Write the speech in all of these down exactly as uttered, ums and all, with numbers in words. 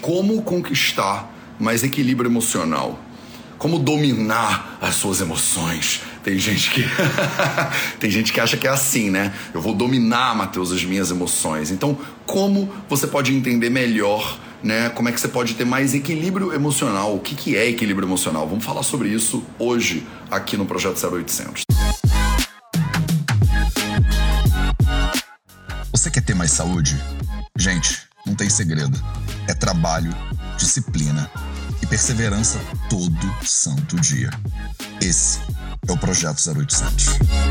Como conquistar mais equilíbrio emocional? Como dominar as suas emoções? Tem gente que tem gente que acha que é assim, né? Eu vou dominar, Matheus, as minhas emoções. Então, como você pode entender melhor, né? Como é que você pode ter mais equilíbrio emocional? O que, que é equilíbrio emocional? Vamos falar sobre isso hoje aqui no Projeto zero oitocentos. Você quer ter mais saúde? Gente, não tem segredo. É trabalho, disciplina e perseverança todo santo dia. Esse é o Projeto zero oitocentos.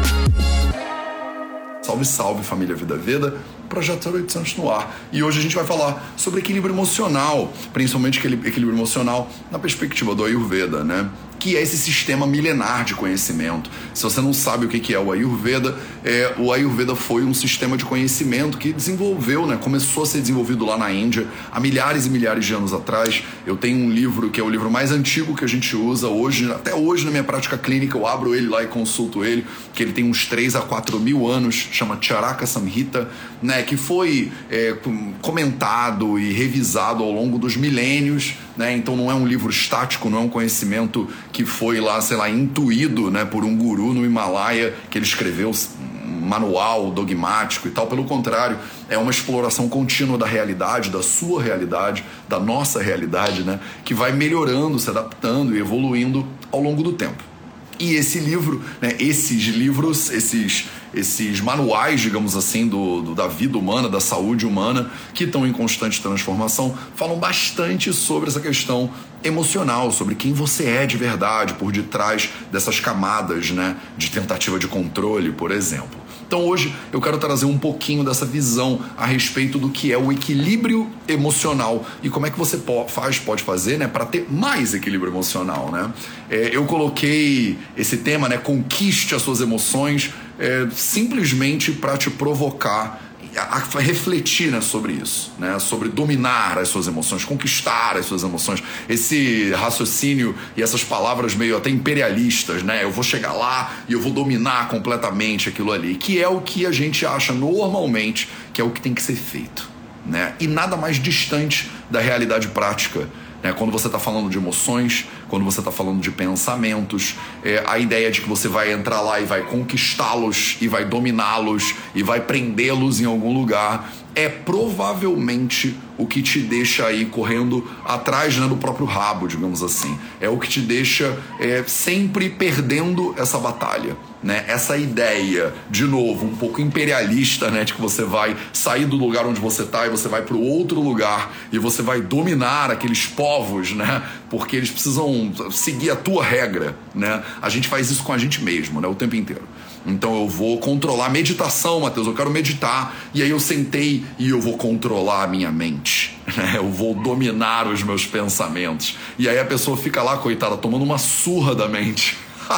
Salve, salve, família Vida Veda, Projeto zero oitocentos no ar. E hoje a gente vai falar sobre equilíbrio emocional, principalmente equilíbrio emocional na perspectiva do Ayurveda, né? Que é esse sistema milenar de conhecimento. Se você não sabe o que é o Ayurveda, é, o Ayurveda foi um sistema de conhecimento que desenvolveu, né, começou a ser desenvolvido lá na Índia há milhares e milhares de anos atrás. Eu tenho um livro que é o livro mais antigo que a gente usa hoje, até hoje na minha prática clínica, eu abro ele lá e consulto ele, que ele tem uns três a quatro mil anos, chama Charaka Samhita, né, que foi é, comentado e revisado ao longo dos milênios, né, então não é um livro estático, não é um conhecimento que foi lá, sei lá, intuído, né, por um guru no Himalaia, que ele escreveu um manual dogmático e tal. Pelo contrário, é uma exploração contínua da realidade, da sua realidade, da nossa realidade, né, que vai melhorando, se adaptando e evoluindo ao longo do tempo. E esse livro, né, esses livros, esses, esses manuais, digamos assim, do, do, da vida humana, da saúde humana, que estão em constante transformação, falam bastante sobre essa questão emocional, sobre quem você é de verdade, por detrás dessas camadas, né, de tentativa de controle, por exemplo. Então hoje eu quero trazer um pouquinho dessa visão a respeito do que é o equilíbrio emocional e como é que você faz, pode fazer, né, para ter mais equilíbrio emocional, né? É, eu coloquei esse tema, né, conquiste as suas emoções, é, simplesmente para te provocar a refletir, né, sobre isso, né, sobre dominar as suas emoções, conquistar as suas emoções, esse raciocínio e essas palavras meio até imperialistas, né, eu vou chegar lá e eu vou dominar completamente aquilo ali, que é o que a gente acha normalmente que é o que tem que ser feito, né, e nada mais distante da realidade prática, né, quando você está falando de emoções, quando você está falando de pensamentos, é, a ideia de que você vai entrar lá e vai conquistá-los e vai dominá-los e vai prendê-los em algum lugar é provavelmente o que te deixa aí correndo atrás, né, do próprio rabo, digamos assim. É o que te deixa é, sempre perdendo essa batalha, né? Essa ideia, de novo, um pouco imperialista, né, de que você vai sair do lugar onde você está e você vai para o outro lugar e você vai dominar aqueles povos, né, porque eles precisam seguir a tua regra, né? A gente faz isso com a gente mesmo, né, o tempo inteiro. Então eu vou controlar a meditação, Matheus, eu quero meditar, e aí eu sentei e eu vou controlar a minha mente, né? Eu vou dominar os meus pensamentos, e aí a pessoa fica lá, coitada, tomando uma surra da mente,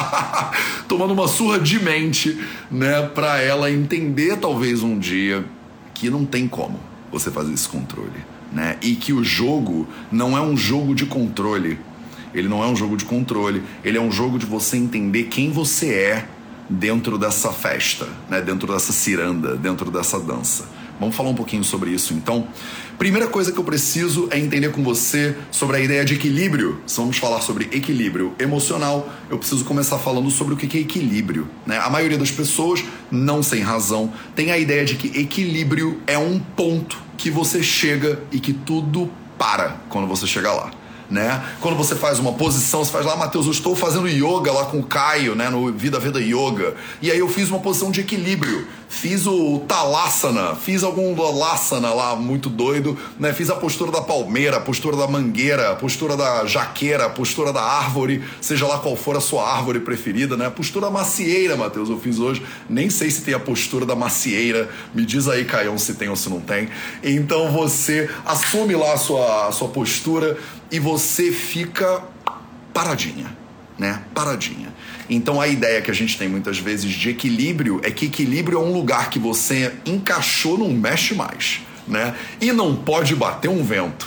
tomando uma surra de mente, né, pra ela entender talvez um dia que não tem como você fazer esse controle, né, e que o jogo não é um jogo de controle, ele não é um jogo de controle, ele é um jogo de você entender quem você é dentro dessa festa, né? Dentro dessa ciranda, dentro dessa dança. Vamos falar um pouquinho sobre isso, então. Primeira coisa que eu preciso é entender com você sobre a ideia de equilíbrio. Se vamos falar sobre equilíbrio emocional, eu preciso começar falando sobre o que é equilíbrio, né? A maioria das pessoas, não sem razão, tem a ideia de que equilíbrio é um ponto que você chega e que tudo para quando você chega lá, né? Quando você faz uma posição, você faz lá, Matheus, eu estou fazendo yoga lá com o Caio, né, no Vida Veda Yoga, e aí eu fiz uma posição de equilíbrio, fiz o Talasana, fiz algum Lassana lá muito doido, né? Fiz a postura da palmeira, a postura da mangueira, a postura da jaqueira, a postura da árvore, seja lá qual for a sua árvore preferida, né? A postura macieira, Matheus, eu fiz hoje, nem sei se tem a postura da macieira, me diz aí, Caião, se tem ou se não tem. Então você assume lá a sua, a sua postura e você fica paradinha, né? Paradinha. Então a ideia que a gente tem muitas vezes de equilíbrio é que equilíbrio é um lugar que você encaixou, não mexe mais, né? E não pode bater um vento.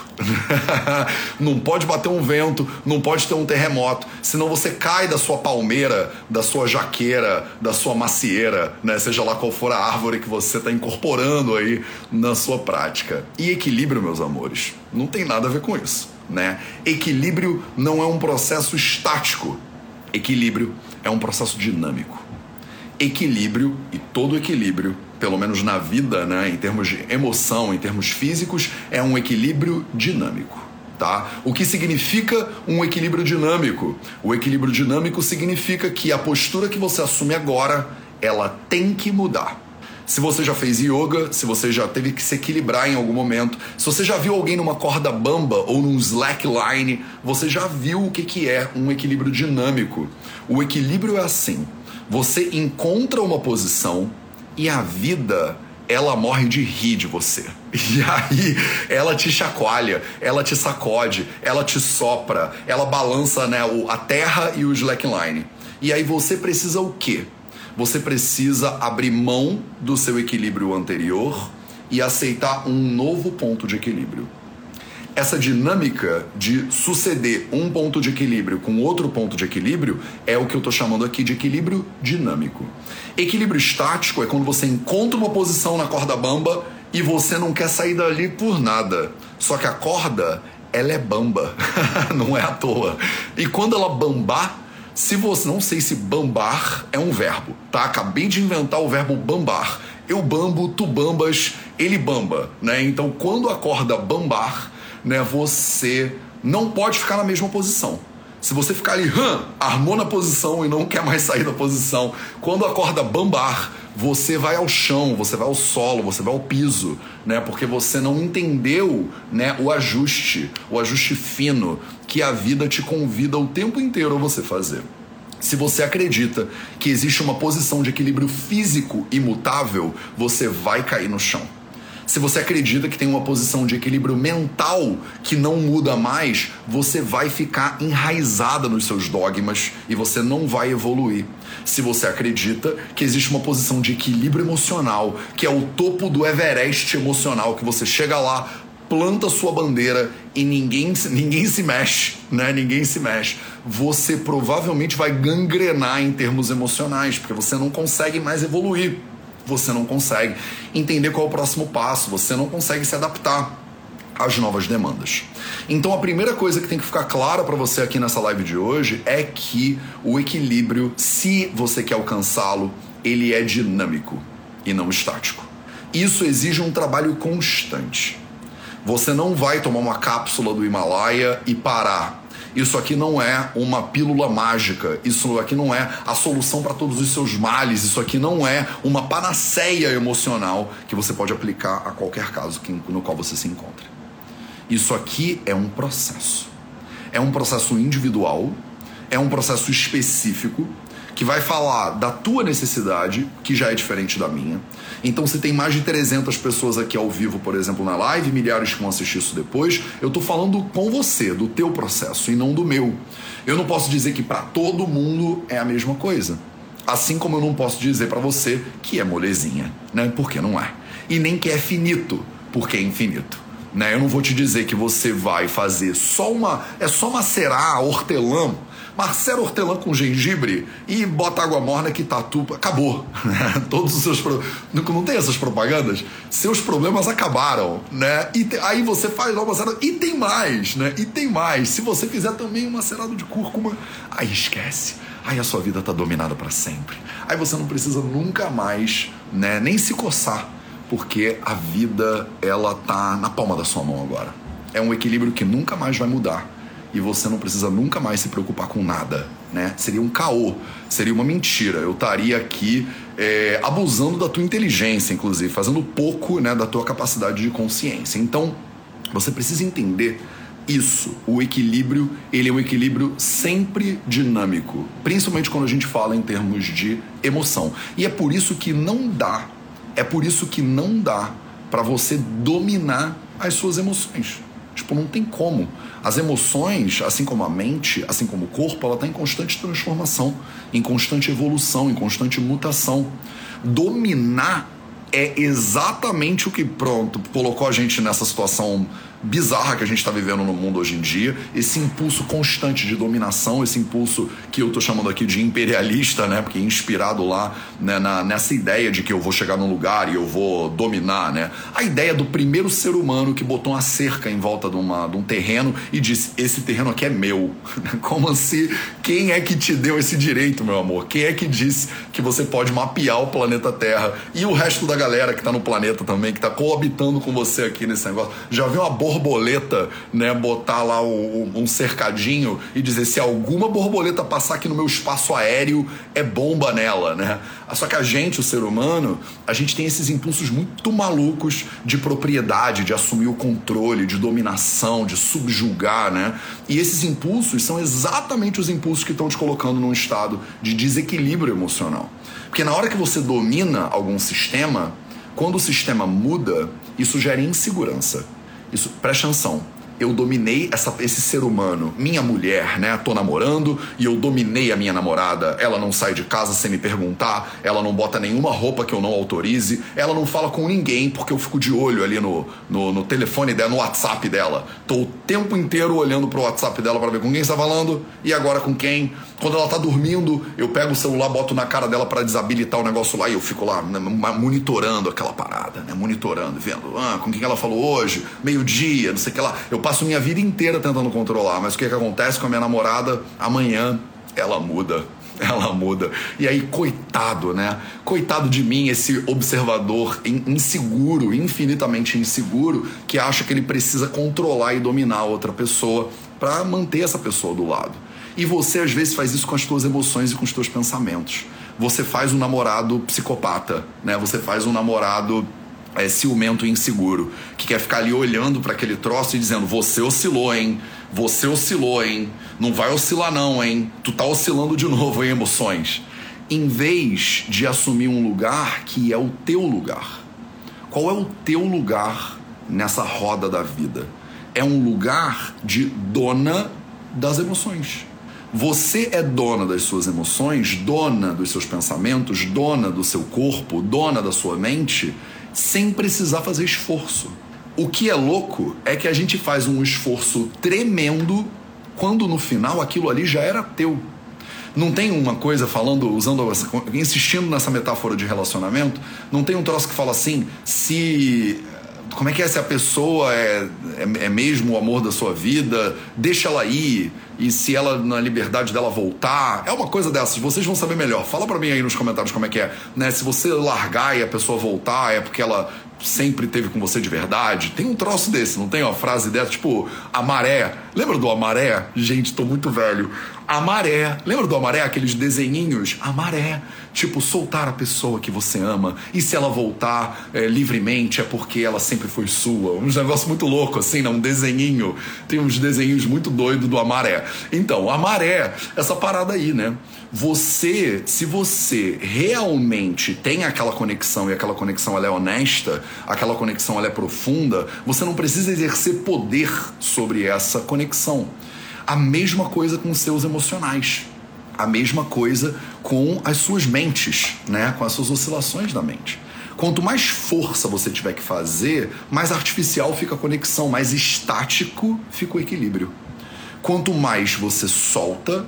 Não pode bater um vento, não pode ter um terremoto, senão você cai da sua palmeira, da sua jaqueira, da sua macieira, né? Seja lá qual for a árvore que você está incorporando aí na sua prática. E equilíbrio, meus amores, não tem nada a ver com isso, né? Equilíbrio não é um processo estático. Equilíbrio é um processo dinâmico. Equilíbrio, e todo equilíbrio, pelo menos na vida, né, em termos de emoção, em termos físicos, é um equilíbrio dinâmico, tá? O que significa um equilíbrio dinâmico? O equilíbrio dinâmico significa que a postura que você assume agora, ela tem que mudar. Se você já fez yoga, se você já teve que se equilibrar em algum momento, se você já viu alguém numa corda bamba ou num slackline, você já viu o que, que é um equilíbrio dinâmico. O equilíbrio é assim: você encontra uma posição e a vida, ela morre de rir de você. E aí ela te chacoalha, ela te sacode, ela te sopra, ela balança, né, a terra e o slackline. E aí você precisa o quê? Você precisa abrir mão do seu equilíbrio anterior e aceitar um novo ponto de equilíbrio. Essa dinâmica de suceder um ponto de equilíbrio com outro ponto de equilíbrio é o que eu estou chamando aqui de equilíbrio dinâmico. Equilíbrio estático é quando você encontra uma posição na corda bamba e você não quer sair dali por nada. Só que a corda, ela é bamba, não é à toa. E quando ela bambar, se você não sei se bambar é um verbo, tá? Acabei de inventar o verbo bambar. Eu bambo, tu bambas, ele bamba, né? Então, quando a corda bambar, né, você não pode ficar na mesma posição. Se você ficar ali, hum, armou na posição e não quer mais sair da posição, quando a corda bambar, você vai ao chão, você vai ao solo, você vai ao piso, né? Porque você não entendeu, né, o ajuste, o ajuste fino que a vida te convida o tempo inteiro a você fazer. Se você acredita que existe uma posição de equilíbrio físico imutável, você vai cair no chão. Se você acredita que tem uma posição de equilíbrio mental que não muda mais, você vai ficar enraizada nos seus dogmas e você não vai evoluir. Se você acredita que existe uma posição de equilíbrio emocional, que é o topo do Everest emocional, que você chega lá, planta sua bandeira e ninguém, ninguém se mexe, né? Ninguém se mexe. Você provavelmente vai gangrenar em termos emocionais, porque você não consegue mais evoluir. Você não consegue entender qual é o próximo passo, você não consegue se adaptar às novas demandas. Então a primeira coisa que tem que ficar clara para você aqui nessa live de hoje é que o equilíbrio, se você quer alcançá-lo, ele é dinâmico e não estático. Isso exige um trabalho constante. Você não vai tomar uma cápsula do Himalaia e parar. Isso aqui não é uma pílula mágica, isso aqui não é a solução para todos os seus males, isso aqui não é uma panaceia emocional que você pode aplicar a qualquer caso no qual você se encontra. Isso aqui é um processo. É um processo individual, é um processo específico, que vai falar da tua necessidade, que já é diferente da minha. Então, se tem mais de trezentas pessoas aqui ao vivo, por exemplo, na live, milhares que vão assistir isso depois, eu tô falando com você, do teu processo e não do meu. Eu não posso dizer que para todo mundo é a mesma coisa. Assim como eu não posso dizer para você que é molezinha, né? Porque não é. E nem que é finito, porque é infinito. Né? Eu não vou te dizer que você vai fazer só uma... É só macerar hortelã, macera hortelã com gengibre e bota água morna que tá tudo... Acabou. Todos os seus... Pro... Não tem essas propagandas? Seus problemas acabaram, né? E te... aí você faz lá uma macerada... E tem mais, né? E tem mais. Se você fizer também um macerado de cúrcuma, aí esquece. Aí a sua vida tá dominada para sempre. Aí você não precisa nunca mais, né, nem se coçar, porque a vida, ela tá na palma da sua mão agora. É um equilíbrio que nunca mais vai mudar. E você não precisa nunca mais se preocupar com nada, né? Seria um caô, seria uma mentira. Eu estaria aqui é, abusando da tua inteligência, inclusive, fazendo pouco, né, da tua capacidade de consciência. Então, você precisa entender isso. O equilíbrio, ele é um equilíbrio sempre dinâmico, principalmente quando a gente fala em termos de emoção. E é por isso que não dá, é por isso que não dá para você dominar as suas emoções. Tipo, não tem como. As emoções, assim como a mente, assim como o corpo, ela está em constante transformação, em constante evolução, em constante mutação. Dominar é exatamente o que, pronto, colocou a gente nessa situação bizarra que a gente está vivendo no mundo hoje em dia, esse impulso constante de dominação, esse impulso que eu tô chamando aqui de imperialista, né, porque é inspirado lá, né, na, nessa ideia de que eu vou chegar num lugar e eu vou dominar, né, a ideia do primeiro ser humano que botou uma cerca em volta de, uma, de um terreno e disse, esse terreno aqui é meu. Como assim? Quem é que te deu esse direito, meu amor? Quem é que disse que você pode mapear o planeta Terra e o resto da galera que tá no planeta também, que tá coabitando com você aqui nesse negócio? Já viu uma borboleta, né, botar lá um, um cercadinho e dizer, se alguma borboleta passar aqui no meu espaço aéreo, é bomba nela, né? Só que a gente, o ser humano, a gente tem esses impulsos muito malucos de propriedade, de assumir o controle, de dominação, de subjugar, né? E esses impulsos são exatamente os impulsos que estão te colocando num estado de desequilíbrio emocional. Porque na hora que você domina algum sistema, quando o sistema muda, isso gera insegurança. Isso, presta atenção, eu dominei essa, esse ser humano, minha mulher, né, tô namorando e eu dominei a minha namorada, ela não sai de casa sem me perguntar, ela não bota nenhuma roupa que eu não autorize, ela não fala com ninguém porque eu fico de olho ali no, no, no telefone dela, no WhatsApp dela, tô o tempo inteiro olhando pro WhatsApp dela pra ver com quem está falando e agora com quem. Quando ela tá dormindo, eu pego o celular, boto na cara dela pra desabilitar o negócio lá e eu fico lá, né, monitorando aquela parada, né, monitorando, vendo ah, com quem ela falou hoje, meio-dia, não sei o que lá. Eu passo minha vida inteira tentando controlar, mas o que que acontece com a minha namorada? Amanhã ela muda, ela muda. E aí, coitado, né? Coitado de mim, esse observador inseguro, infinitamente inseguro, que acha que ele precisa controlar e dominar a outra pessoa pra manter essa pessoa do lado. E você, às vezes, faz isso com as tuas emoções e com os teus pensamentos. Você faz um namorado psicopata, né? Você faz um namorado é, ciumento e inseguro, que quer ficar ali olhando para aquele troço e dizendo, você oscilou, hein? Você oscilou, hein? Não vai oscilar não, hein? Tu tá oscilando de novo, hein, emoções? Em vez de assumir um lugar que é o teu lugar. Qual é o teu lugar nessa roda da vida? É um lugar de dona das emoções. Você é dona das suas emoções, dona dos seus pensamentos, dona do seu corpo, dona da sua mente, sem precisar fazer esforço. O que é louco é que a gente faz um esforço tremendo quando no final aquilo ali já era teu. Não tem uma coisa falando, usando, insistindo nessa metáfora de relacionamento, não tem um troço que fala assim, se... Como é que é se a pessoa é, é, é mesmo o amor da sua vida, deixa ela ir, e se ela, na liberdade dela, voltar, é uma coisa dessas, vocês vão saber melhor. Fala pra mim aí nos comentários como é que é, né? Se você largar e a pessoa voltar, é porque ela sempre teve com você de verdade. Tem um troço desse, não tem uma frase dessa, tipo, a maré. Lembra do A Maré? Gente, tô muito velho. A maré. Lembra do A Maré? Aqueles desenhinhos? A maré. Tipo, soltar a pessoa que você ama. E se ela voltar é, livremente, é porque ela sempre foi sua. Um negócio muito louco, assim, né? Um desenhinho. Tem uns desenhinhos muito doidos do A Maré. Então, a maré, essa parada aí, né? Você, se você realmente tem aquela conexão e aquela conexão ela é honesta, aquela conexão ela é profunda, você não precisa exercer poder sobre essa conexão. A mesma coisa com os seus emocionais. A mesma coisa com as suas mentes, né? Com as suas oscilações da mente. Quanto mais força você tiver que fazer, mais artificial fica a conexão, mais estático fica o equilíbrio. Quanto mais você solta,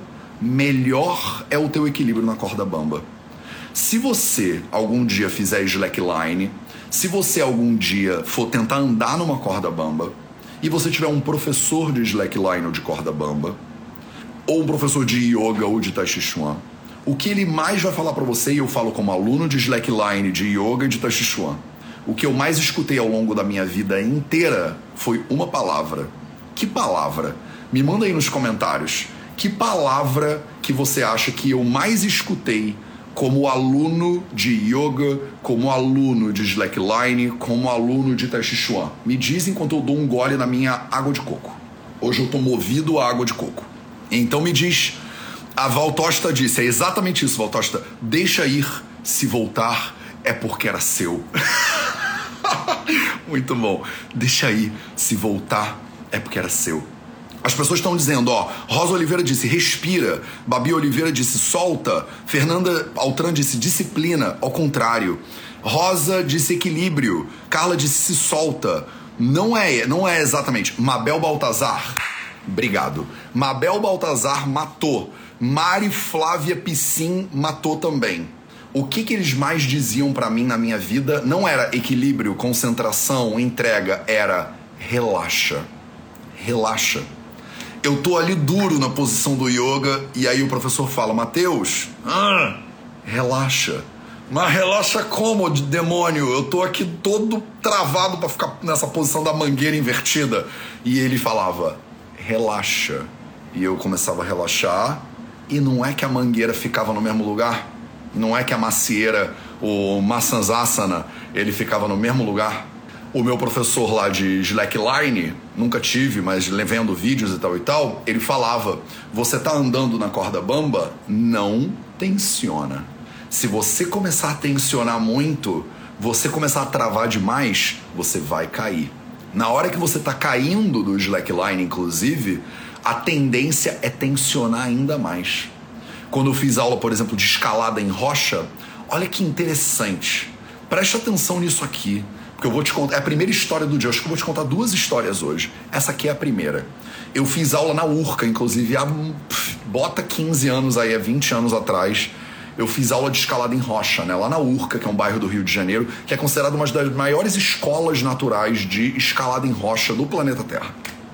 melhor é o teu equilíbrio na corda bamba. Se você algum dia fizer slackline, se você algum dia for tentar andar numa corda bamba, e você tiver um professor de slackline ou de corda bamba, ou um professor de yoga ou de tai chi chuan, o que ele mais vai falar pra você, e eu falo como aluno de slackline, de yoga e de tai chi chuan, o que eu mais escutei ao longo da minha vida inteira foi uma palavra. Que palavra? Me manda aí nos comentários. Que palavra que você acha que eu mais escutei como aluno de yoga, como aluno de slackline, como aluno de tai chi chuan? Me diz enquanto eu dou um gole na minha água de coco. Hoje eu tô movido a água de coco. Então me diz, a Val Tosta disse, é exatamente isso, Val Tosta, deixa ir, se voltar é porque era seu. Muito bom. Deixa ir, se voltar é porque era seu. As pessoas estão dizendo, ó, Rosa Oliveira disse, respira. Babi Oliveira disse, solta. Fernanda Altran disse, disciplina. Ao contrário. Rosa disse equilíbrio. Carla disse se solta. Não é, não é exatamente. Mabel Baltazar. Obrigado. Mabel Baltazar matou. Mari Flávia Piscin matou também. O que que eles mais diziam pra mim na minha vida não era equilíbrio, concentração, entrega. Era relaxa. Relaxa. Eu tô ali duro na posição do yoga e aí o professor fala, Matheus, ah, relaxa. Mas relaxa como, demônio? Eu tô aqui todo travado pra ficar nessa posição da mangueira invertida. E ele falava, relaxa. E eu começava a relaxar e não é que a mangueira ficava no mesmo lugar? Não é que a macieira, o Masanasana, ele ficava no mesmo lugar? O meu professor lá de slackline, nunca tive, mas vendo vídeos e tal e tal, ele falava, você tá andando na corda bamba? Não tensiona. Se você começar a tensionar muito, você começar a travar demais, você vai cair. Na hora que você tá caindo do slackline, inclusive, a tendência é tensionar ainda mais. Quando eu fiz aula, por exemplo, de escalada em rocha, olha que interessante. Preste atenção nisso aqui. Porque eu vou te contar, é a primeira história do dia. Acho que eu vou te contar duas histórias hoje. Essa aqui é a primeira. Eu fiz aula na Urca, inclusive, há, pff, bota quinze anos aí, há vinte anos atrás. Eu fiz aula de escalada em rocha, né? Lá na Urca, que é um bairro do Rio de Janeiro, que é considerada uma das maiores escolas naturais de escalada em rocha do planeta Terra.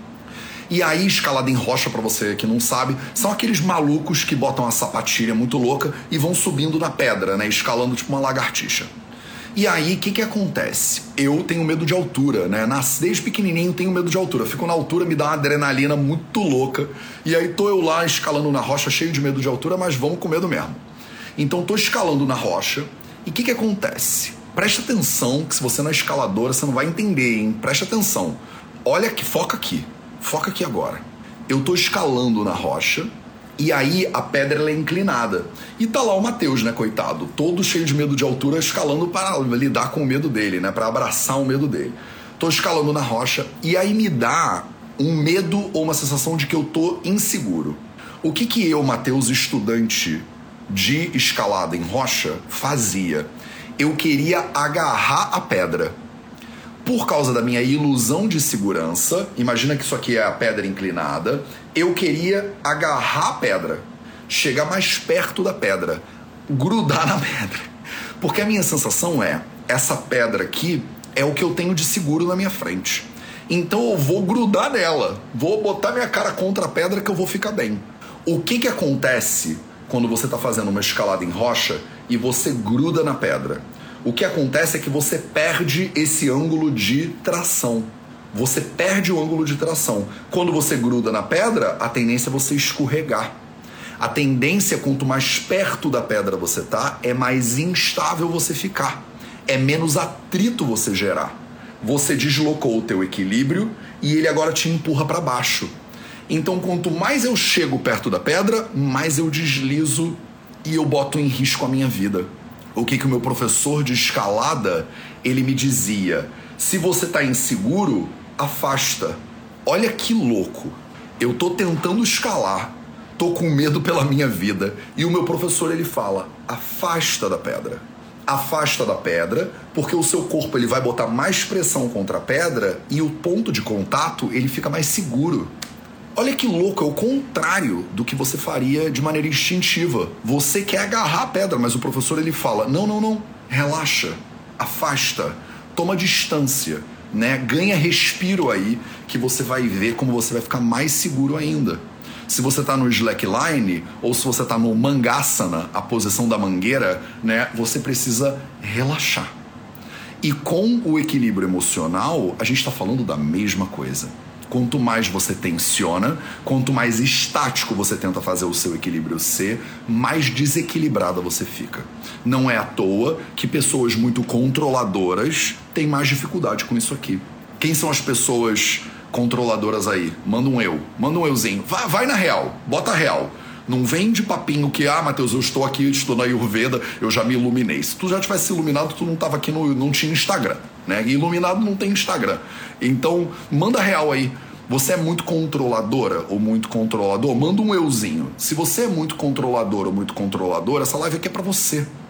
E aí, escalada em rocha, pra você que não sabe, são aqueles malucos que botam uma sapatilha muito louca e vão subindo na pedra, né? Escalando tipo uma lagartixa. E aí, o que que acontece? Eu tenho medo de altura, né? Desde pequenininho tenho medo de altura. Fico na altura, me dá uma adrenalina muito louca. E aí tô eu lá escalando na rocha, cheio de medo de altura, mas vamos com medo mesmo. Então tô escalando na rocha. E o que que acontece? Preste atenção, que se você não é escaladora, você não vai entender, hein? Preste atenção. Olha aqui, foca aqui. Foca aqui agora. Eu tô escalando na rocha. E aí a pedra ela é inclinada. E tá lá o Matheus, né, coitado, todo cheio de medo de altura, escalando para lidar com o medo dele, né, para abraçar o medo dele. Tô escalando na rocha e aí me dá um medo ou uma sensação de que eu tô inseguro. O que que eu, Matheus, estudante de escalada em rocha, fazia? Eu queria agarrar a pedra. Por causa da minha ilusão de segurança, imagina que isso aqui é a pedra inclinada, eu queria agarrar a pedra, chegar mais perto da pedra, grudar na pedra. Porque a minha sensação é, essa pedra aqui é o que eu tenho de seguro na minha frente. Então eu vou grudar nela, vou botar minha cara contra a pedra que eu vou ficar bem. O que que acontece quando você está fazendo uma escalada em rocha e você gruda na pedra? O que acontece é que você perde esse ângulo de tração. Você perde o ângulo de tração. Quando você gruda na pedra, a tendência é você escorregar. A tendência, quanto mais perto da pedra você tá, é mais instável você ficar. É menos atrito você gerar. Você deslocou o teu equilíbrio e ele agora te empurra para baixo. Então, quanto mais eu chego perto da pedra, mais eu deslizo e eu boto em risco a minha vida. O que que o meu professor de escalada, ele me dizia? Se você tá inseguro, afasta. Olha que louco. Eu tô tentando escalar, tô com medo pela minha vida. E o meu professor, ele fala, afasta da pedra. Afasta da pedra, porque o seu corpo ele vai botar mais pressão contra a pedra e o ponto de contato, ele fica mais seguro. Olha que louco, é o contrário do que você faria de maneira instintiva. Você quer agarrar a pedra, mas o professor ele fala, não, não, não, relaxa, afasta, toma distância, né? Ganha respiro aí, que você vai ver como você vai ficar mais seguro ainda. Se você tá no slackline, ou se você tá no mangasana, a posição da mangueira, né? Você precisa relaxar. E com o equilíbrio emocional, a gente tá falando da mesma coisa. Quanto mais você tensiona, quanto mais estático você tenta fazer o seu equilíbrio ser, mais desequilibrada você fica. Não é à toa que pessoas muito controladoras têm mais dificuldade com isso aqui. Quem são as pessoas controladoras aí? Manda um eu, manda um euzinho. Vai, vai na real, bota real. Não vem de papinho que, ah, Matheus, eu estou aqui, eu estou na Ayurveda, eu já me iluminei. Se tu já tivesse iluminado, tu não estava aqui, no, não tinha Instagram, né? E iluminado não tem Instagram. Então, manda real aí. Você é muito controladora ou muito controlador? Manda um euzinho. Se você é muito controlador ou muito controladora, essa live aqui é pra você.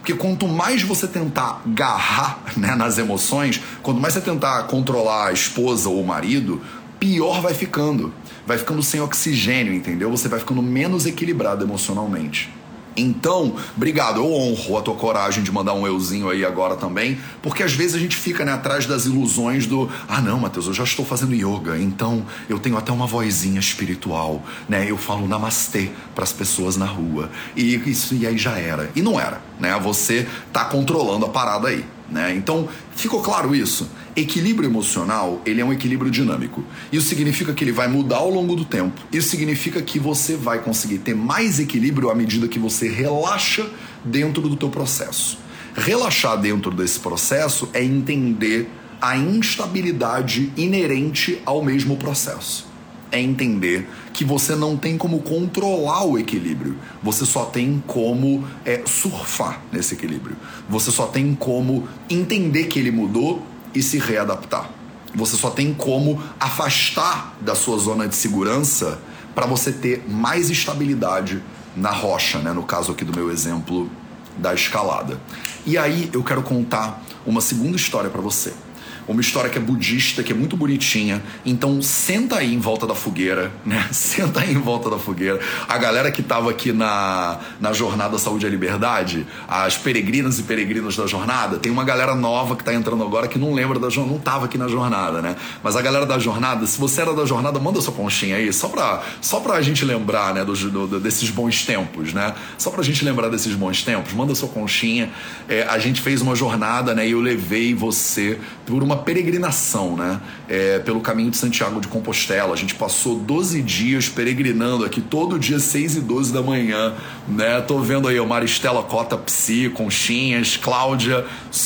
Porque quanto mais você tentar agarrar, né, nas emoções, quanto mais você tentar controlar a esposa ou o marido, pior vai ficando. Vai ficando sem oxigênio, entendeu? Você vai ficando menos equilibrado emocionalmente. Então, obrigado, eu honro a tua coragem de mandar um euzinho aí agora também, porque às vezes a gente fica, né, atrás das ilusões do ah não, Matheus, eu já estou fazendo yoga, então eu tenho até uma vozinha espiritual, né, eu falo namastê para as pessoas na rua, e isso e aí já era, e não era, né, você tá controlando a parada aí, né, então ficou claro isso? Equilíbrio emocional, ele é um equilíbrio dinâmico. Isso significa que ele vai mudar ao longo do tempo. Isso significa que você vai conseguir ter mais equilíbrio à medida que você relaxa dentro do teu processo. Relaxar dentro desse processo é entender a instabilidade inerente ao mesmo processo. É entender que você não tem como controlar o equilíbrio. Você só tem como é, surfar nesse equilíbrio. Você só tem como entender que ele mudou e se readaptar. Você só tem como afastar da sua zona de segurança para você ter mais estabilidade na rocha, né? No caso aqui do meu exemplo da escalada. E aí eu quero contar uma segunda história para você. Uma história que é budista, que é muito bonitinha. Então senta aí em volta da fogueira, né? Senta aí em volta da fogueira. A galera que tava aqui na, na Jornada Saúde e Liberdade, as peregrinas e peregrinos da jornada, tem uma galera nova que tá entrando agora que não lembra da jornada, não tava aqui na jornada, né? Mas a galera da jornada, se você era da jornada, manda sua conchinha aí, só pra, só pra gente lembrar, né, do, do, desses bons tempos, né? Só pra gente lembrar desses bons tempos, manda sua conchinha. É, a gente fez uma jornada, né, e eu levei você por uma peregrinação, né? É, pelo caminho de Santiago de Compostela. A gente passou doze dias peregrinando aqui, todo dia seis e doze da manhã, né? Tô vendo aí o Maristela Cota Psi, Conchinhas, Cláudia,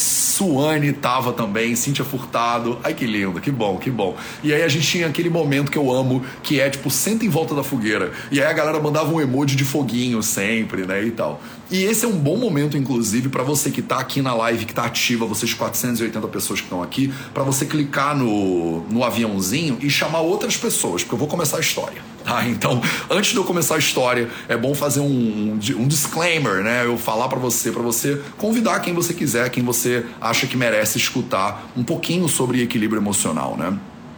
Suane tava também, Cíntia Furtado. Ai, que lindo, que bom, que bom. E aí a gente tinha aquele momento que eu amo, que é tipo, senta em volta da fogueira. E aí a galera mandava um emoji de foguinho sempre, né? E tal. E esse é um bom momento, inclusive, para você que tá aqui na live, que tá ativa, vocês quatrocentas e oitenta pessoas que estão aqui, para você clicar no, no aviãozinho e chamar outras pessoas, porque eu vou começar a história, tá? Então, antes de eu começar a história, é bom fazer um, um disclaimer, né? Eu falar para você, para você convidar quem você quiser, quem você acha que merece escutar um pouquinho sobre equilíbrio emocional, né?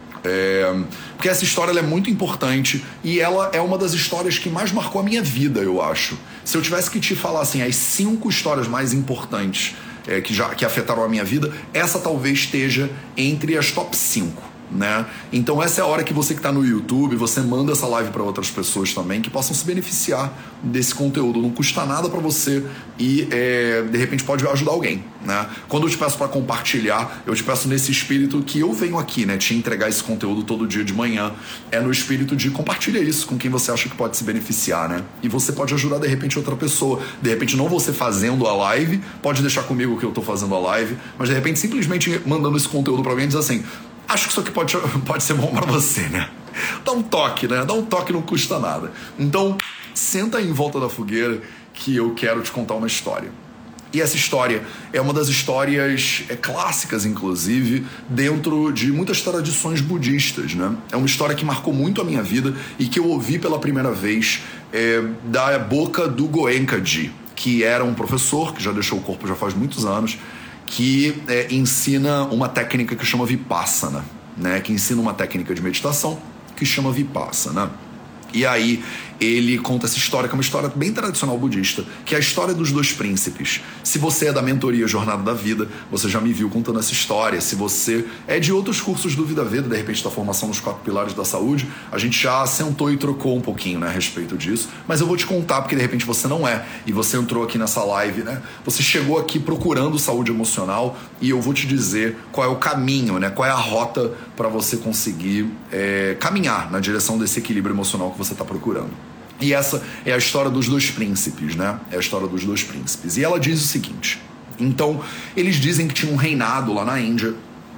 É, porque essa história ela é muito importante e ela é uma das histórias que mais marcou a minha vida, eu acho. Se eu tivesse que te falar assim, as cinco histórias mais importantes é, que, já, que afetaram a minha vida, essa talvez esteja entre as top cinco. Né? Então essa é a hora que você que está no YouTube, você manda essa live para outras pessoas também que possam se beneficiar desse conteúdo. Não custa nada para você e é, de repente pode ajudar alguém, né? Quando eu te peço para compartilhar, eu te peço nesse espírito que eu venho aqui, né, te entregar esse conteúdo todo dia de manhã. É no espírito de compartilhar isso com quem você acha que pode se beneficiar, né? E você pode ajudar de repente outra pessoa. De repente não você fazendo a live, pode deixar comigo que eu tô fazendo a live, mas de repente simplesmente mandando esse conteúdo para alguém e diz assim: acho que isso aqui pode, pode ser bom pra você, né? Dá um toque, né? Dá um toque, não custa nada. Então, senta aí em volta da fogueira que eu quero te contar uma história. E essa história é uma das histórias é, clássicas, inclusive, dentro de muitas tradições budistas, né? É uma história que marcou muito a minha vida e que eu ouvi pela primeira vez é, da boca do Goenkaji, que era um professor que já deixou o corpo já faz muitos anos, que é, ensina uma técnica que chama Vipassana, né? Que ensina uma técnica de meditação que chama Vipassana. E aí ele conta essa história, que é uma história bem tradicional budista, que é a história dos dois príncipes. Se você é da mentoria Jornada da Vida, você já me viu contando essa história. Se você é de outros cursos do Vida Veda, de repente da formação nos quatro pilares da saúde, a gente já sentou e trocou um pouquinho, né, a respeito disso. Mas eu vou te contar, porque de repente você não é, e você entrou aqui nessa live, né? Você chegou aqui procurando saúde emocional, e eu vou te dizer qual é o caminho, né? Qual é a rota para você conseguir é, caminhar na direção desse equilíbrio emocional que você está procurando. E essa é a história dos dois príncipes, né? É a história dos dois príncipes. E ela diz o seguinte: então, eles dizem que tinha um reinado lá na Índia,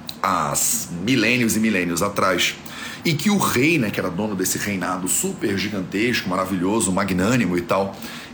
há milênios e milênios atrás, e que o rei, né, que era dono desse reinado super gigantesco, maravilhoso, magnânimo e tal,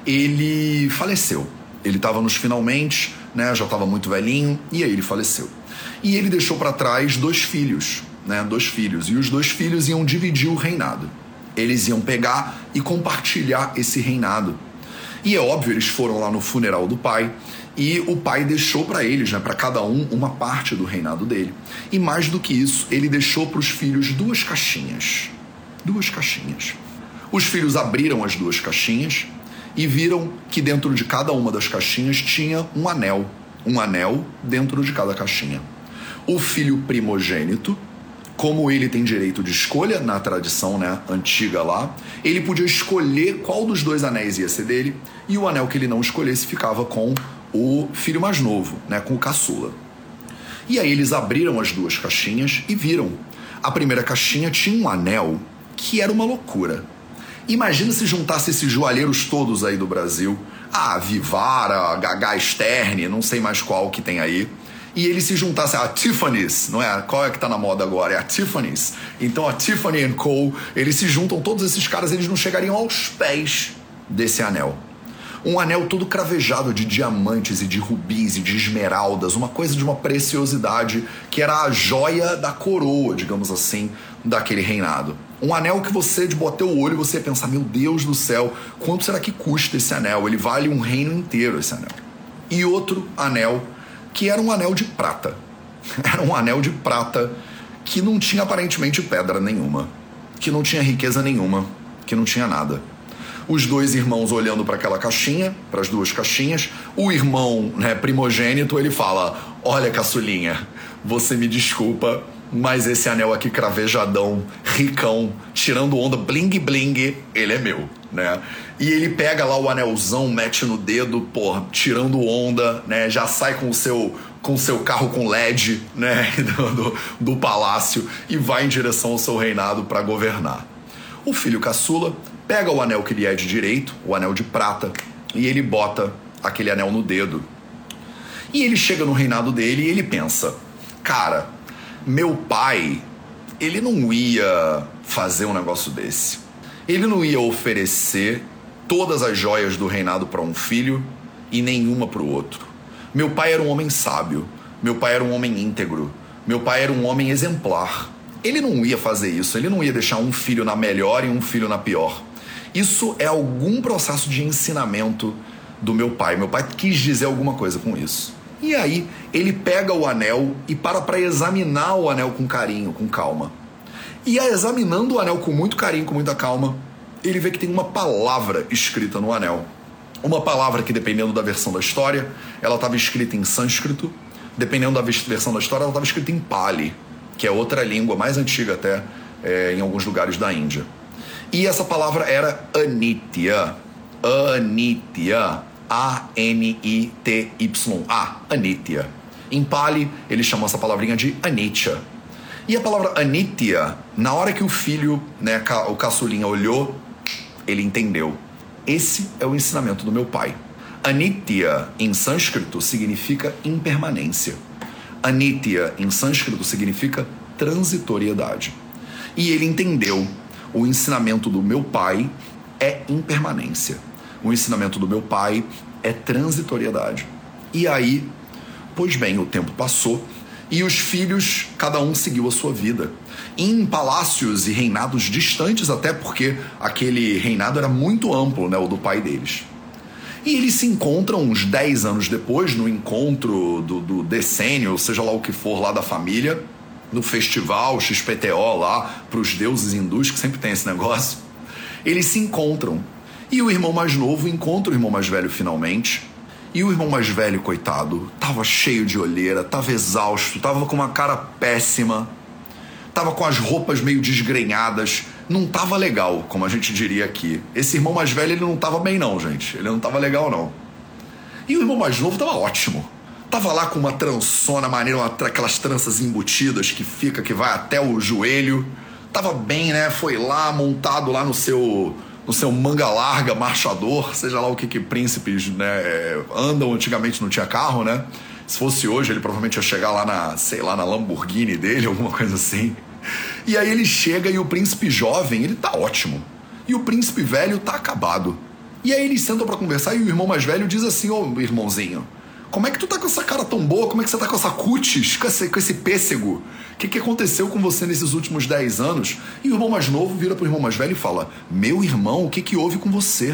ele faleceu. Ele estava nos finalmente, né? Já estava muito velhinho, e aí ele faleceu. E ele deixou para trás dois filhos, né? Dois filhos. E os dois filhos iam dividir o reinado. Eles iam pegar e compartilhar esse reinado. E é óbvio, eles foram lá no funeral do pai e o pai deixou para eles, né, para cada um, uma parte do reinado dele. E mais do que isso, ele deixou para os filhos duas caixinhas. Duas caixinhas. Os filhos abriram as duas caixinhas e viram que dentro de cada uma das caixinhas tinha um anel. Um anel dentro de cada caixinha. O filho primogênito, como ele tem direito de escolha na tradição, né, antiga lá, ele podia escolher qual dos dois anéis ia ser dele, e o anel que ele não escolhesse ficava com o filho mais novo, né, com o caçula. E aí eles abriram as duas caixinhas e viram. A primeira caixinha tinha um anel que era uma loucura. Imagina se juntasse esses joalheiros todos aí do Brasil, a Vivara, Gagá Stern, não sei mais qual que tem aí, e eles se juntassem a Tiffany's, não é? Qual é que tá na moda agora? É a Tiffany's. Então a Tiffany and Co, eles se juntam, todos esses caras, eles não chegariam aos pés desse anel. Um anel todo cravejado de diamantes e de rubis e de esmeraldas, uma coisa de uma preciosidade que era a joia da coroa, digamos assim, daquele reinado. Um anel que você, de botar o olho, você ia pensar, meu Deus do céu, quanto será que custa esse anel? Ele vale um reino inteiro, esse anel. E outro anel, que era um anel de prata. Era um anel de prata que não tinha aparentemente pedra nenhuma, que não tinha riqueza nenhuma, que não tinha nada. Os dois irmãos olhando para aquela caixinha, para as duas caixinhas, o irmão, né, primogênito, ele fala, olha, caçulinha, você me desculpa, mas esse anel aqui cravejadão, ricão, tirando onda, bling bling, ele é meu, né? E ele pega lá o anelzão, mete no dedo, porra, tirando onda, né? Já sai com o seu, com o seu carro com L E D, né? Do, do, do palácio e vai em direção ao seu reinado para governar. O filho caçula pega o anel que lhe é de direito, o anel de prata, e ele bota aquele anel no dedo. E ele chega no reinado dele e ele pensa, cara, meu pai, ele não ia fazer um negócio desse. Ele não ia oferecer todas as joias do reinado para um filho e nenhuma para o outro. Meu pai era um homem sábio. Meu pai era um homem íntegro. Meu pai era um homem exemplar. Ele não ia fazer isso. Ele não ia deixar um filho na melhor e um filho na pior. Isso é algum processo de ensinamento do meu pai. Meu pai quis dizer alguma coisa com isso. E aí, ele pega o anel e para para examinar o anel com carinho, com calma. E aí, examinando o anel com muito carinho, com muita calma, ele vê que tem uma palavra escrita no anel. Uma palavra que, dependendo da versão da história, ela estava escrita em sânscrito. Dependendo da versão da história, ela estava escrita em Pali, que é outra língua mais antiga até, é, em alguns lugares da Índia. E essa palavra era Anitya. Anitya. A N I T Y A, Anitya. Em Pali, eles chamam essa palavrinha de Anitya. E a palavra Anitya, na hora que o filho, né, o caçulinha olhou, ele entendeu. Esse é o ensinamento do meu pai. Anitya, em sânscrito, significa impermanência. Anitya, em sânscrito, significa transitoriedade. E ele entendeu. O ensinamento do meu pai é impermanência. O ensinamento do meu pai é transitoriedade. E aí, pois bem, o tempo passou e os filhos, cada um seguiu a sua vida. Em palácios e reinados distantes, até porque aquele reinado era muito amplo, né, o do pai deles. E eles se encontram uns dez anos depois, no encontro do, do decênio, seja lá o que for lá da família, no festival X P T O lá, para os deuses hindus, que sempre tem esse negócio. Eles se encontram. E o irmão mais novo encontra o irmão mais velho finalmente. E o irmão mais velho, coitado, tava cheio de olheira, tava exausto, tava com uma cara péssima, tava com as roupas meio desgrenhadas, não tava legal, como a gente diria aqui. Esse irmão mais velho, ele não tava bem não, gente. Ele não tava legal, não. E o irmão mais novo tava ótimo. Tava lá com uma trançona maneira, uma, aquelas tranças embutidas que fica, que vai até o joelho. Tava bem, né? Foi lá, montado lá no seu... no seu manga larga, marchador, seja lá o que que príncipes, né, andam. Antigamente não tinha carro, né? Se fosse hoje, ele provavelmente ia chegar lá na, sei lá, na Lamborghini dele, alguma coisa assim. E aí ele chega e o príncipe jovem, ele tá ótimo. E o príncipe velho tá acabado. E aí eles sentam pra conversar e o irmão mais velho diz assim, ô irmãozinho, como é que tu tá com essa cara tão boa? Como é que você tá com essa cutis, com esse, com esse pêssego? O que, que aconteceu com você nesses últimos dez anos? E o irmão mais novo vira pro irmão mais velho e fala, meu irmão, o que que houve com você?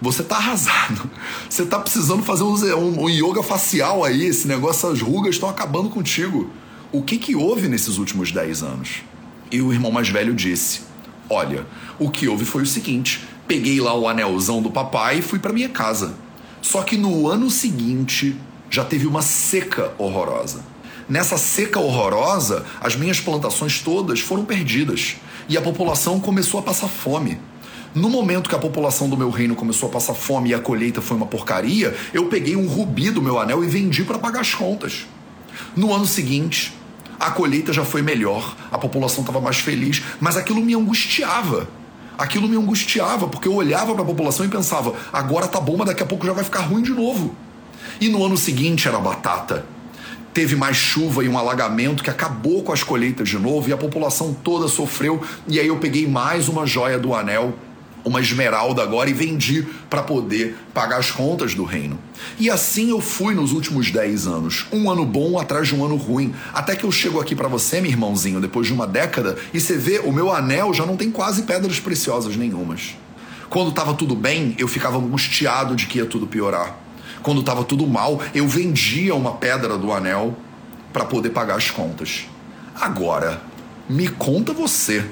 você tá arrasado. Você tá precisando fazer um, um, um yoga facial aí, esse negócio, as rugas estão acabando contigo. O que que houve nesses últimos dez anos? E o irmão mais velho disse, olha, o que houve foi o seguinte, peguei lá o anelzão do papai e fui pra minha casa. Só que no ano seguinte já teve uma seca horrorosa. Nessa seca horrorosa, as minhas plantações todas foram perdidas e a população começou a passar fome. No momento que a população do meu reino começou a passar fome e a colheita foi uma porcaria, eu peguei um rubi do meu anel e vendi para pagar as contas. No ano seguinte, a colheita já foi melhor, a população estava mais feliz, mas aquilo me angustiava. Aquilo me angustiava, porque eu olhava para a população e pensava, agora tá bom, mas daqui a pouco já vai ficar ruim de novo. E no ano seguinte era batata. Teve mais chuva e um alagamento que acabou com as colheitas de novo e a população toda sofreu. E aí eu peguei mais uma joia do anel, uma esmeralda agora, e vendi para poder pagar as contas do reino. E assim eu fui nos últimos dez anos, um ano bom atrás de um ano ruim, até que eu chego aqui para você, meu irmãozinho, depois de uma década, e você vê, o meu anel já não tem quase pedras preciosas nenhumas. Quando estava tudo bem, eu ficava angustiado de que ia tudo piorar. Quando estava tudo mal, eu vendia uma pedra do anel para poder pagar as contas. Agora, me conta você,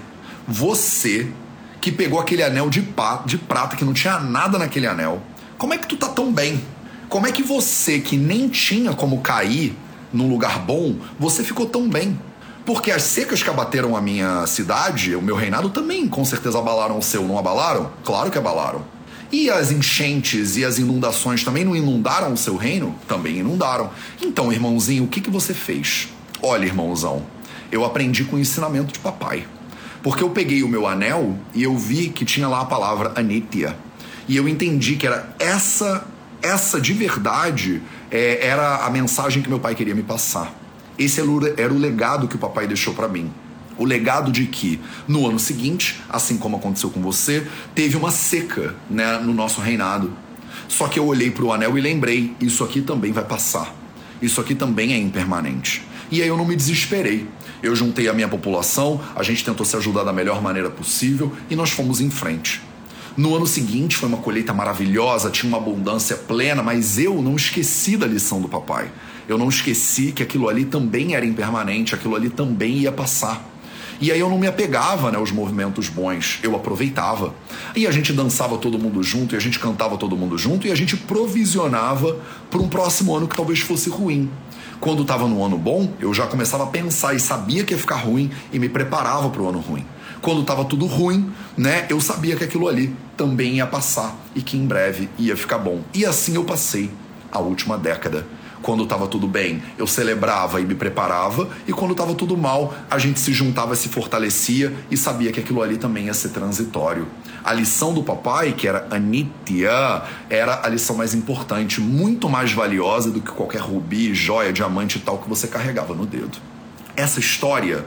você que pegou aquele anel de, pá, de prata, que não tinha nada naquele anel, como é que tu tá tão bem? Como é que você, que nem tinha como cair num lugar bom, você ficou tão bem? Porque as secas que abateram a minha cidade, o meu reinado, também com certeza abalaram o seu, não abalaram? Claro que abalaram. E as enchentes e as inundações também não inundaram o seu reino? Também inundaram. Então, irmãozinho, o que, que você fez? Olha, irmãozão, eu aprendi com o ensinamento de papai. Porque eu peguei o meu anel e eu vi que tinha lá a palavra Anitya. E eu entendi que era essa, essa de verdade, é, era a mensagem que meu pai queria me passar. Esse era o legado que o papai deixou para mim. O legado de que, no ano seguinte, assim como aconteceu com você, teve uma seca, né, no nosso reinado. Só que eu olhei para o anel e lembrei, isso aqui também vai passar. Isso aqui também é impermanente. E aí eu não me desesperei. Eu juntei a minha população, a gente tentou se ajudar da melhor maneira possível e nós fomos em frente. No ano seguinte foi uma colheita maravilhosa, tinha uma abundância plena, mas eu não esqueci da lição do papai. Eu não esqueci que aquilo ali também era impermanente, aquilo ali também ia passar. E aí eu não me apegava, né, aos movimentos bons, eu aproveitava. E a gente dançava todo mundo junto, e a gente cantava todo mundo junto, e a gente provisionava para um próximo ano que talvez fosse ruim. Quando estava no ano bom, eu já começava a pensar e sabia que ia ficar ruim e me preparava para o ano ruim. Quando estava tudo ruim, né, eu sabia que aquilo ali também ia passar e que em breve ia ficar bom. E assim eu passei a última década. Quando estava tudo bem, eu celebrava e me preparava, e quando estava tudo mal, a gente se juntava, se fortalecia e sabia que aquilo ali também ia ser transitório. A lição do papai, que era Anitya, era a lição mais importante, muito mais valiosa do que qualquer rubi, joia, diamante e tal que você carregava no dedo. Essa história,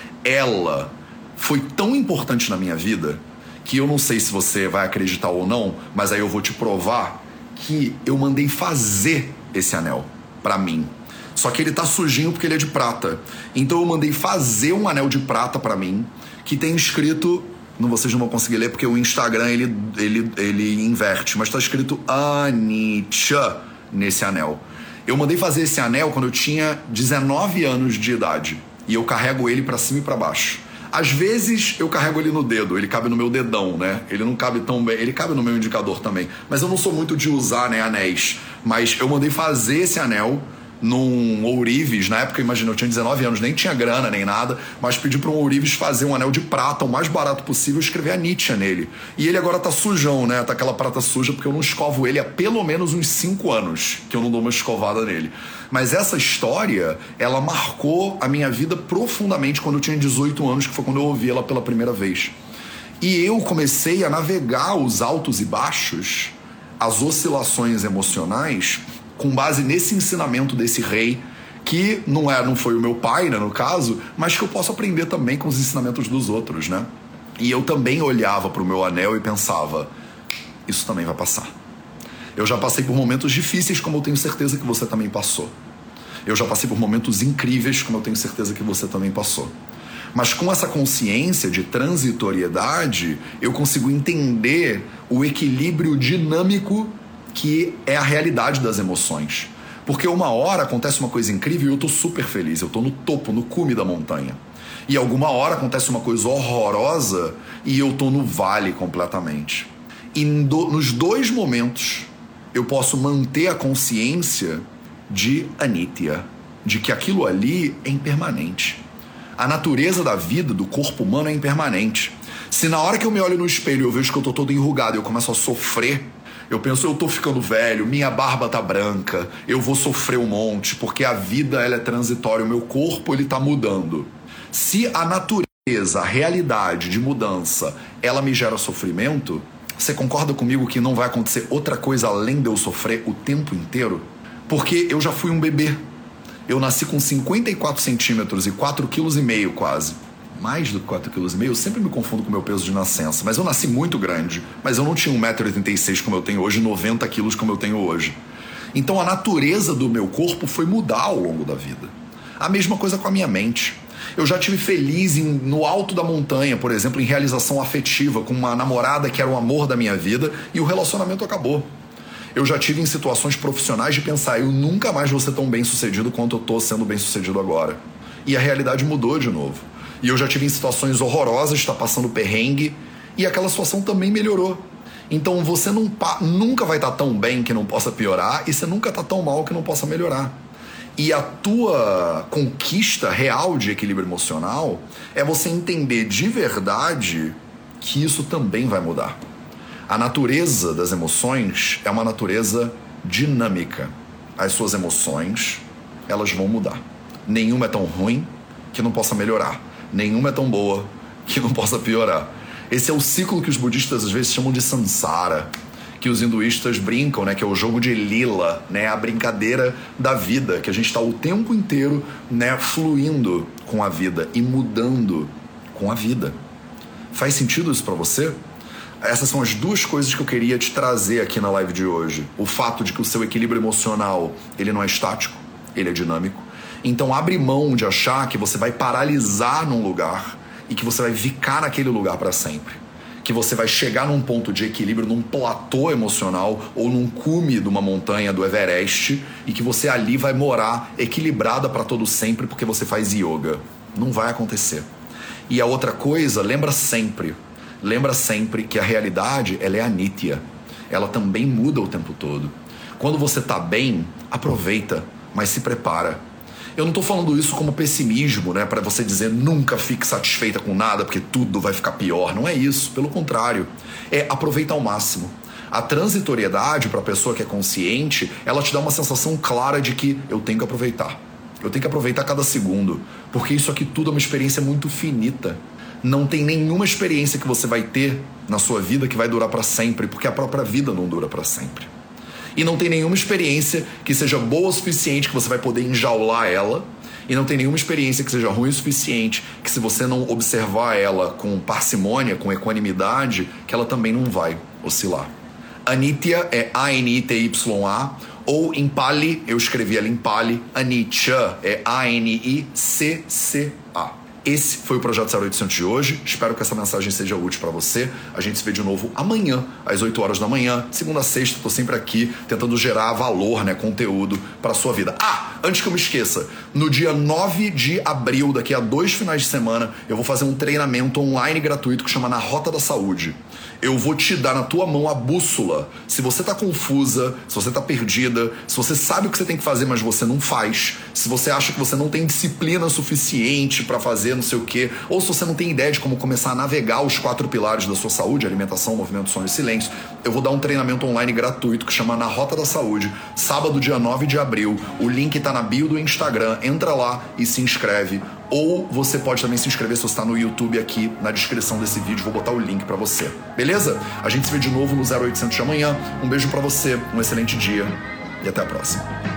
ela foi tão importante na minha vida que eu não sei se você vai acreditar ou não, mas aí eu vou te provar que eu mandei fazer esse anel pra mim. Só que ele tá sujinho porque ele é de prata. Então eu mandei fazer um anel de prata pra mim, que tem escrito, não, vocês não vão conseguir ler porque o Instagram ele, ele, ele inverte, mas tá escrito Anitya nesse anel. Eu mandei fazer esse anel quando eu tinha dezenove anos de idade, e eu carrego ele pra cima e pra baixo. Às vezes eu carrego ele no dedo, ele cabe no meu dedão, né? Ele não cabe tão bem, ele cabe no meu indicador também. Mas eu não sou muito de usar, né, anéis. Mas eu mandei fazer esse anel num ourives, na época, imagina, eu tinha dezenove anos, nem tinha grana, nem nada, mas pedi para um ourives fazer um anel de prata, o mais barato possível, e escrever Anitya nele. E ele agora tá sujão, né? Tá aquela prata suja, porque eu não escovo ele há pelo menos uns cinco anos, que eu não dou uma escovada nele. Mas essa história, ela marcou a minha vida profundamente quando eu tinha dezoito anos, que foi quando eu ouvi ela pela primeira vez. E eu comecei a navegar os altos e baixos, as oscilações emocionais, com base nesse ensinamento desse rei, que não, é, não foi o meu pai, né, no caso, mas que eu posso aprender também com os ensinamentos dos outros, né? E eu também olhava para o meu anel e pensava, isso também vai passar. Eu já passei por momentos difíceis, como eu tenho certeza que você também passou. Eu já passei por momentos incríveis, como eu tenho certeza que você também passou. Mas com essa consciência de transitoriedade, eu consigo entender o equilíbrio dinâmico que é a realidade das emoções. Porque uma hora acontece uma coisa incrível e eu tô super feliz, eu tô no topo, no cume da montanha. E alguma hora acontece uma coisa horrorosa e eu tô no vale completamente. E do, nos dois momentos eu posso manter a consciência de anitya, de que aquilo ali é impermanente. A natureza da vida, do corpo humano, é impermanente. Se na hora que eu me olho no espelho eu vejo que eu tô todo enrugado e eu começo a sofrer, eu penso, eu tô ficando velho, minha barba tá branca, eu vou sofrer um monte, porque a vida ela é transitória, o meu corpo ele tá mudando. Se a natureza, a realidade de mudança, ela me gera sofrimento, você concorda comigo que não vai acontecer outra coisa além de eu sofrer o tempo inteiro? Porque eu já fui um bebê. Eu nasci com cinquenta e quatro centímetros e quatro vírgula cinco quilos quase. Mais do que quatro vírgula cinco quilos. Eu sempre me confundo com o meu peso de nascença. Mas eu nasci muito grande. Mas eu não tinha um metro e oitenta e seis como eu tenho hoje, noventa quilos como eu tenho hoje. Então a natureza do meu corpo foi mudar ao longo da vida. A mesma coisa com a minha mente. Eu já tive feliz em, no alto da montanha, por exemplo, em realização afetiva, com uma namorada que era o amor da minha vida, e o relacionamento acabou. Eu já tive em situações profissionais de pensar, eu nunca mais vou ser tão bem sucedido quanto eu tô sendo bem sucedido agora. E a realidade mudou de novo. E eu já tive em situações horrorosas de estar passando perrengue, e aquela situação também melhorou. Então você não, nunca vai estar tão bem que não possa piorar, e você nunca está tão mal que não possa melhorar. E a tua conquista real de equilíbrio emocional é você entender de verdade que isso também vai mudar. A natureza das emoções é uma natureza dinâmica. As suas emoções, elas vão mudar. Nenhuma é tão ruim que não possa melhorar. Nenhuma é tão boa que não possa piorar. Esse é o ciclo que os budistas às vezes chamam de samsara, que os hinduístas brincam, né, que é o jogo de lila, né, a brincadeira da vida, que a gente está o tempo inteiro, né, fluindo com a vida e mudando com a vida. Faz sentido isso para você? Essas são as duas coisas que eu queria te trazer aqui na live de hoje. O fato de que o seu equilíbrio emocional, ele não é estático, ele é dinâmico. Então abre mão de achar que você vai paralisar num lugar e que você vai ficar naquele lugar para sempre. Que você vai chegar num ponto de equilíbrio, num platô emocional ou num cume de uma montanha do Everest e que você ali vai morar equilibrada para todo sempre porque você faz yoga. Não vai acontecer. E a outra coisa, lembra sempre, lembra sempre que a realidade ela é anitya. Ela também muda o tempo todo. Quando você tá bem, aproveita, mas se prepara. Eu não tô falando isso como pessimismo, né? Pra você dizer nunca fique satisfeita com nada porque tudo vai ficar pior. Não é isso, pelo contrário. É aproveitar ao máximo. A transitoriedade para a pessoa que é consciente, ela te dá uma sensação clara de que eu tenho que aproveitar. Eu tenho que aproveitar cada segundo, porque isso aqui tudo é uma experiência muito finita. Não tem nenhuma experiência que você vai ter na sua vida que vai durar para sempre, porque a própria vida não dura para sempre. E não tem nenhuma experiência que seja boa o suficiente que você vai poder enjaular ela. E não tem nenhuma experiência que seja ruim o suficiente que, se você não observar ela com parcimônia, com equanimidade, que ela também não vai oscilar. Anitya é A N I T Y A, ou em Pali, eu escrevi ela em Pali, Anicca é A N I C C A. Esse foi o Projeto zero oitocentos de hoje. Espero que essa mensagem seja útil para você. A gente se vê de novo amanhã, às oito horas da manhã. Segunda a sexta, tô sempre aqui tentando gerar valor, né, conteúdo para sua vida. Ah, antes que eu me esqueça, no dia nove de abril, daqui a dois finais de semana, eu vou fazer um treinamento online gratuito que chama Na Rota da Saúde. Eu vou te dar na tua mão a bússola. Se você tá confusa, se você tá perdida, se você sabe o que você tem que fazer, mas você não faz, se você acha que você não tem disciplina suficiente para fazer não sei o quê, ou se você não tem ideia de como começar a navegar os quatro pilares da sua saúde, alimentação, movimento, sono e silêncio, eu vou dar um treinamento online gratuito que chama Na Rota da Saúde, sábado, dia nove de abril. O link tá na bio do Instagram. Entra lá e se inscreve. Ou você pode também se inscrever se você está no YouTube aqui na descrição desse vídeo. Vou botar o link para você. Beleza? A gente se vê de novo no zero oitocentos de amanhã. Um beijo para você, um excelente dia e até a próxima.